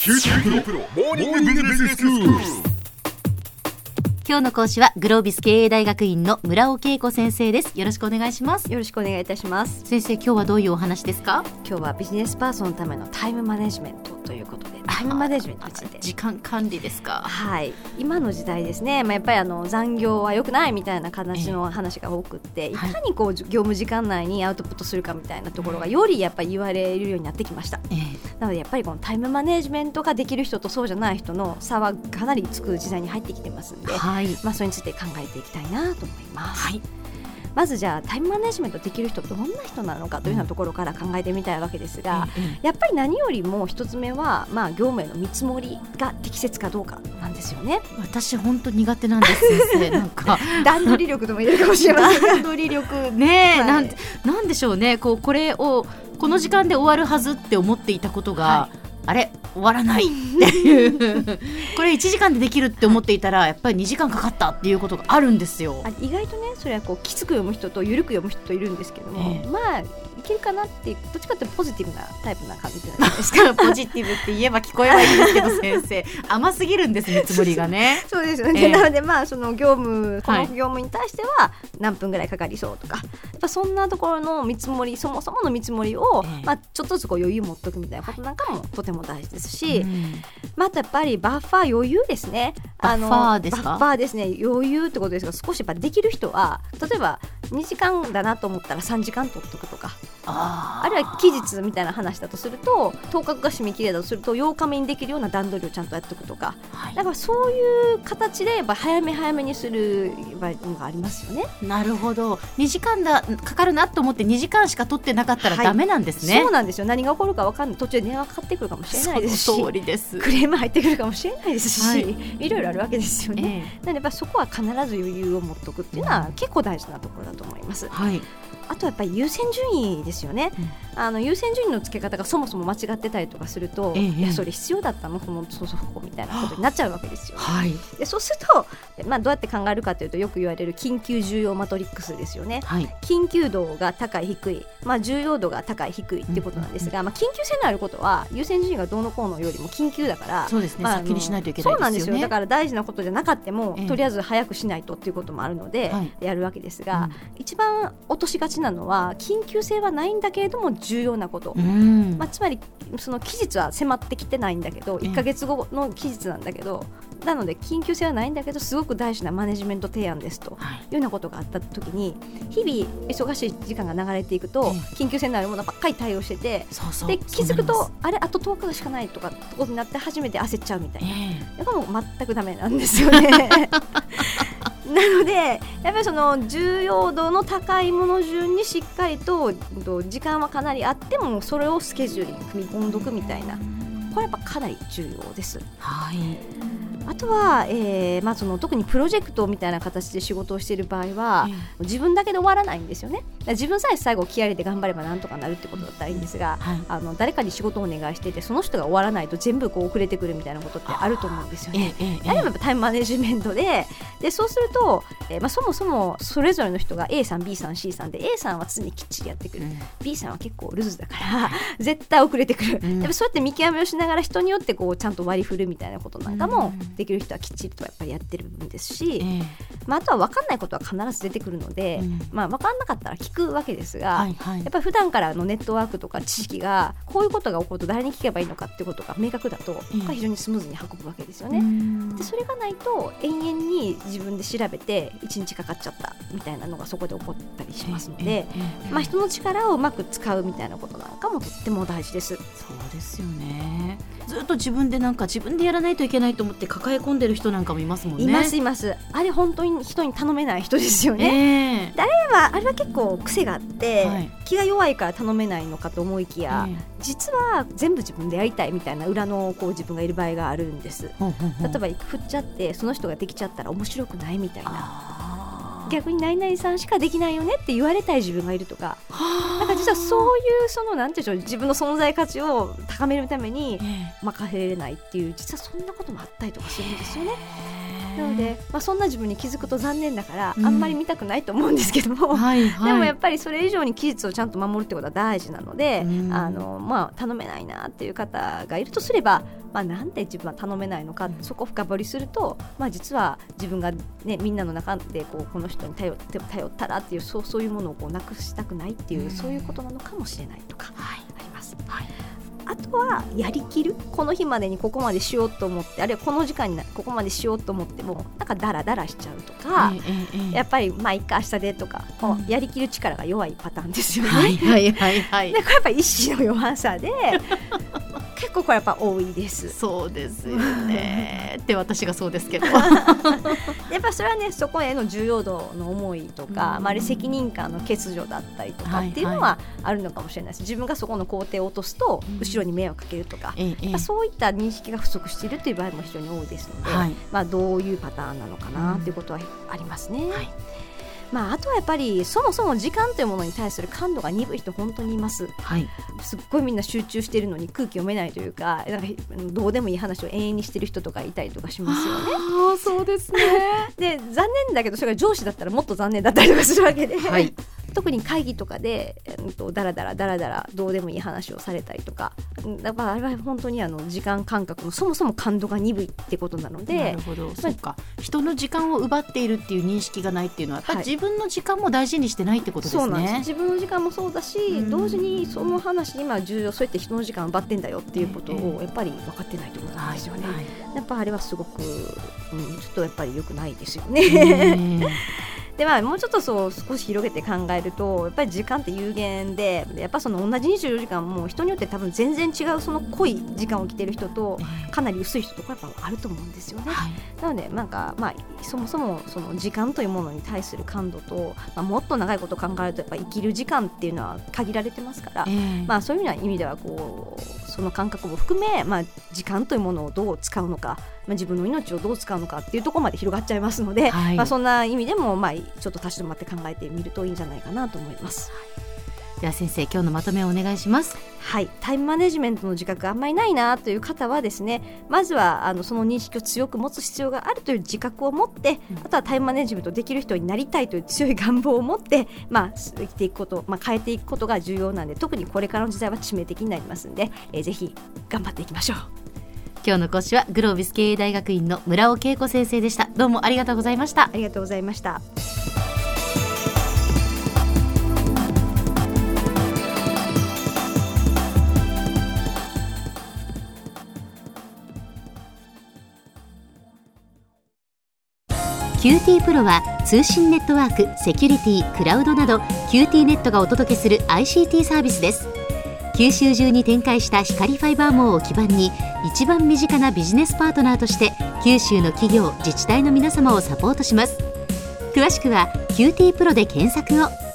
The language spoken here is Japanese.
キューティープロモーニングビジネススクール。 今日の講師はグロービス経営大学院の村尾恵子先生です。よろしくお願いします。 よろしくお願いいたします。 先生、今日はどういうお話ですか？ 今日はビジネスパーソンのためのタイムマネジメントということで、タイムマネジメントについて。 時間管理ですか？ はい、今の時代ですね、やっぱり残業は良くないみたいな形の話が多くって、いかにこう業務時間内にアウトプットするかみたいなところがよりやっぱり言われるようになってきました。なのでやっぱりこのタイムマネジメントができる人とそうじゃない人の差はかなりつく時代に入ってきてますんで、それについて考えていきたいなと思います。まずじゃあタイムマネジメントできる人どんな人なのかというようなところから考えてみたいわけですが、やっぱり何よりも一つ目は、業務への見積もりが適切かどうかなんですよね。 私本当苦手なんです先生。なんか段取り力とも言えるかもしれません。 段取り力ね、なんでしょうね。これをこの時間で終わるはずって思っていたことが、あれ終わらないっていうこれ1時間でできるって思っていたらやっぱり2時間かかったっていうことがあるんですよ。 意外とね、それはこうきつく読む人と緩く読む人といるんですけども、いけるかなって、どっちかってポジティブなタイプな感じじゃないですか。 ポジティブって言えば聞こえはいいんですけど先生甘すぎるんです、見積もりがね。 そうですよね。なのでその業務、この業務に対しては何分ぐらいかかりそうとか、やっぱそんなところの見積もり、そもそもの見積もりを、ちょっとずつこう余裕持っとくみたいなことなんかもとても大事ですし、あとやっぱりバッファー余裕ですね。 バッファーですか？ バッファーですね。余裕ってことですが、少しやっぱできる人は例えば2時間だなと思ったら3時間取っとくとか、あるいは期日みたいな話だとすると、10日が締め切りだとすると8日目にできるような段取りをちゃんとやっておくとか、だからそういう形でやっぱ早め早めにするのがありますよね。 なるほど。2時間かかるなと思って2時間しか取ってなかったらダメなんですね。 そうなんですよ。何が起こるか分かんない。途中で電話かかってくるかもしれないですし、 その通りです。 クレーム入ってくるかもしれないですし、いろいろあるわけですよね。なのでやっぱそこは必ず余裕を持っておくっていうのは結構大事なところだと思います。あとはやっぱり優先順位ですよね。優先順位の付け方がそもそも間違ってたりとかすると、いやそれ必要だったのこのそうみたいなことになっちゃうわけですよ。でそうすると、どうやって考えるかというと、よく言われる緊急重要マトリックスですよね。緊急度が高い低い、重要度が高い低いっていうことなんですが、緊急性のあることは優先順位がどうのこうのよりも緊急だから、 そうですね、先にしないといけないですよね。 そうなんですよ。だから大事なことじゃなかったも、とりあえず早くしないとっていうこともあるので、やるわけですが、一番落としがちなのは緊急性はないんだけれども重要なこと、つまりその期日は迫ってきてないんだけど、1ヶ月後の期日なんだけど、なので緊急性はないんだけどすごく大事なマネジメント提案ですというようなことがあった時に、日々忙しい時間が流れていくと、緊急性のあるものばっかり対応してて、で気づくとあと10日しかないとかってことになって初めて焦っちゃうみたいな、だからもう全くダメなんですよね。なのでやっぱりその重要度の高いもの順にしっかりと時間はかなりあってもそれをスケジュールに組み込んどくみたいな、これやっぱかなり重要です。あとは、その特にプロジェクトみたいな形で仕事をしている場合は、自分だけで終わらないんですよね。自分さえ最後気合いで頑張ればなんとかなるってことだったらいいんですが、誰かに仕事をお願いしていてその人が終わらないと全部こう遅れてくるみたいなことってあると思うんですよね。あれもやっぱタイムマネジメントでそうすると、そもそもそれぞれの人が A さん B さん C さんで、 A さんは常にきっちりやってくる、B さんは結構ルーズだから絶対遅れてくる、やっぱそうやって見極めをしながら人によってこうちゃんと割り振るみたいなことなんかもできる人はきっちりとやっぱりやってる部分ですし、あとは分かんないことは必ず出てくるので、分かんなかったら聞くわけですが、やっぱり普段からのネットワークとか知識がこういうことが起こると誰に聞けばいいのかっていうことが明確だと、非常にスムーズに運ぶわけですよね。でそれがないと延々に自分で調べて1日かかっちゃったみたいなのがそこで起こったりしますので、人の力をうまく使うみたいなことなんかもとっても大事です。 そうですよね。ずっと自分でやらないといけないと思って抱え込んでる人なんかもいますもんね。 います。あれ本当に人に頼めない人ですよね。あれは結構癖があって、気が弱いから頼めないのかと思いきや、実は全部自分でやりたいみたいな裏のこう自分がいる場合があるんです。例えば振っちゃってその人ができちゃったら面白くないみたいな、逆に何々さんしかできないよねって言われたい自分がいるとか、なんか実はそういうなんていうんでしょう、自分の存在価値を高めるために任せれないっていう、実はそんなこともあったりとかするんですよね。 なので、そんな自分に気づくと残念だから、あんまり見たくないと思うんですけども、でもやっぱりそれ以上に期日をちゃんと守るってことは大事なので、頼めないなっていう方がいるとすれば、なんで自分は頼めないのか、そこを深掘りすると、実は自分が、みんなの中でこの人に頼ったらっていうそういうものをなくしたくないっていう、そういうことなのかもしれないとかあります。あとはやりきる、この日までにここまでしようと思って、あるいはこの時間にここまでしようと思ってもなんかダラダラしちゃうとか、やっぱりいっか明日でとか、やりきる力が弱いパターンですよね。でこれやっぱり意志の弱さで結構これやっぱ多いです。 そうですよねって私がそうですけどやっぱそれはね、そこへの重要度の思いとか、責任感の欠如だったりとかっていうのはあるのかもしれないです。自分がそこの工程を落とすと後ろに迷惑かけるとか、そういった認識が不足しているという場合も非常に多いですので、どういうパターンなのかなということはありますね。あとはやっぱりそもそも時間というものに対する感度が鈍い人本当にいます。すっごいみんな集中しているのに空気読めないというか、どうでもいい話を永遠にしている人とかいたりとかしますよね。 そうですねで残念だけど、それが上司だったらもっと残念だったりとかするわけで、特に会議とかでだらだらどうでもいい話をされたりとか、だからあれは本当に時間感覚のそもそも感度が鈍いってことなので。 なるほど、そうか、人の時間を奪っているっていう認識がないっていうのは、やっぱり自分の時間も大事にしてないってことですね。 そうなんです。自分の時間もそうだし、同時にその話に今重要、そうやって人の時間を奪ってんだよっていうことをやっぱり分かってないってことなんですよね。やっぱあれはすごく、ちょっとやっぱり良くないですよね。でもうちょっと少し広げて考えると、やっぱり時間って有限で、やっぱその同じ24時間も人によって多分全然違う、その濃い時間を生きてる人とかなり薄い人とかやっぱあると思うんですよね。なのでそもそもその時間というものに対する感度と、もっと長いことを考えるとやっぱ生きる時間っていうのは限られてますから、そういうような意味ではその感覚も含め、時間というものをどう使うのか、自分の命をどう使うのかっていうところまで広がっちゃいますので、そんな意味でもちょっと立ち止まって考えてみるといいんじゃないかなと思います。 では先生、今日のまとめをお願いします。 タイムマネジメントの自覚があんまりないなという方はですね、まずはその認識を強く持つ必要があるという自覚を持って、あとはタイムマネジメントできる人になりたいという強い願望を持って、生きていくこと、変えていくことが重要なんで、特にこれからの時代は致命的になりますので、ぜひ頑張っていきましょう。 今日の講師はグロービス経営大学院の村尾恵子先生でした。どうもありがとうございました。 ありがとうございました。 QT プロは通信ネットワーク、セキュリティ、クラウドなど QT ネットがお届けする ICT サービスです。九州中に展開した光ファイバー網を基盤に、一番身近なビジネスパートナーとして九州の企業・自治体の皆様をサポートします。詳しくは QT プロで検索を。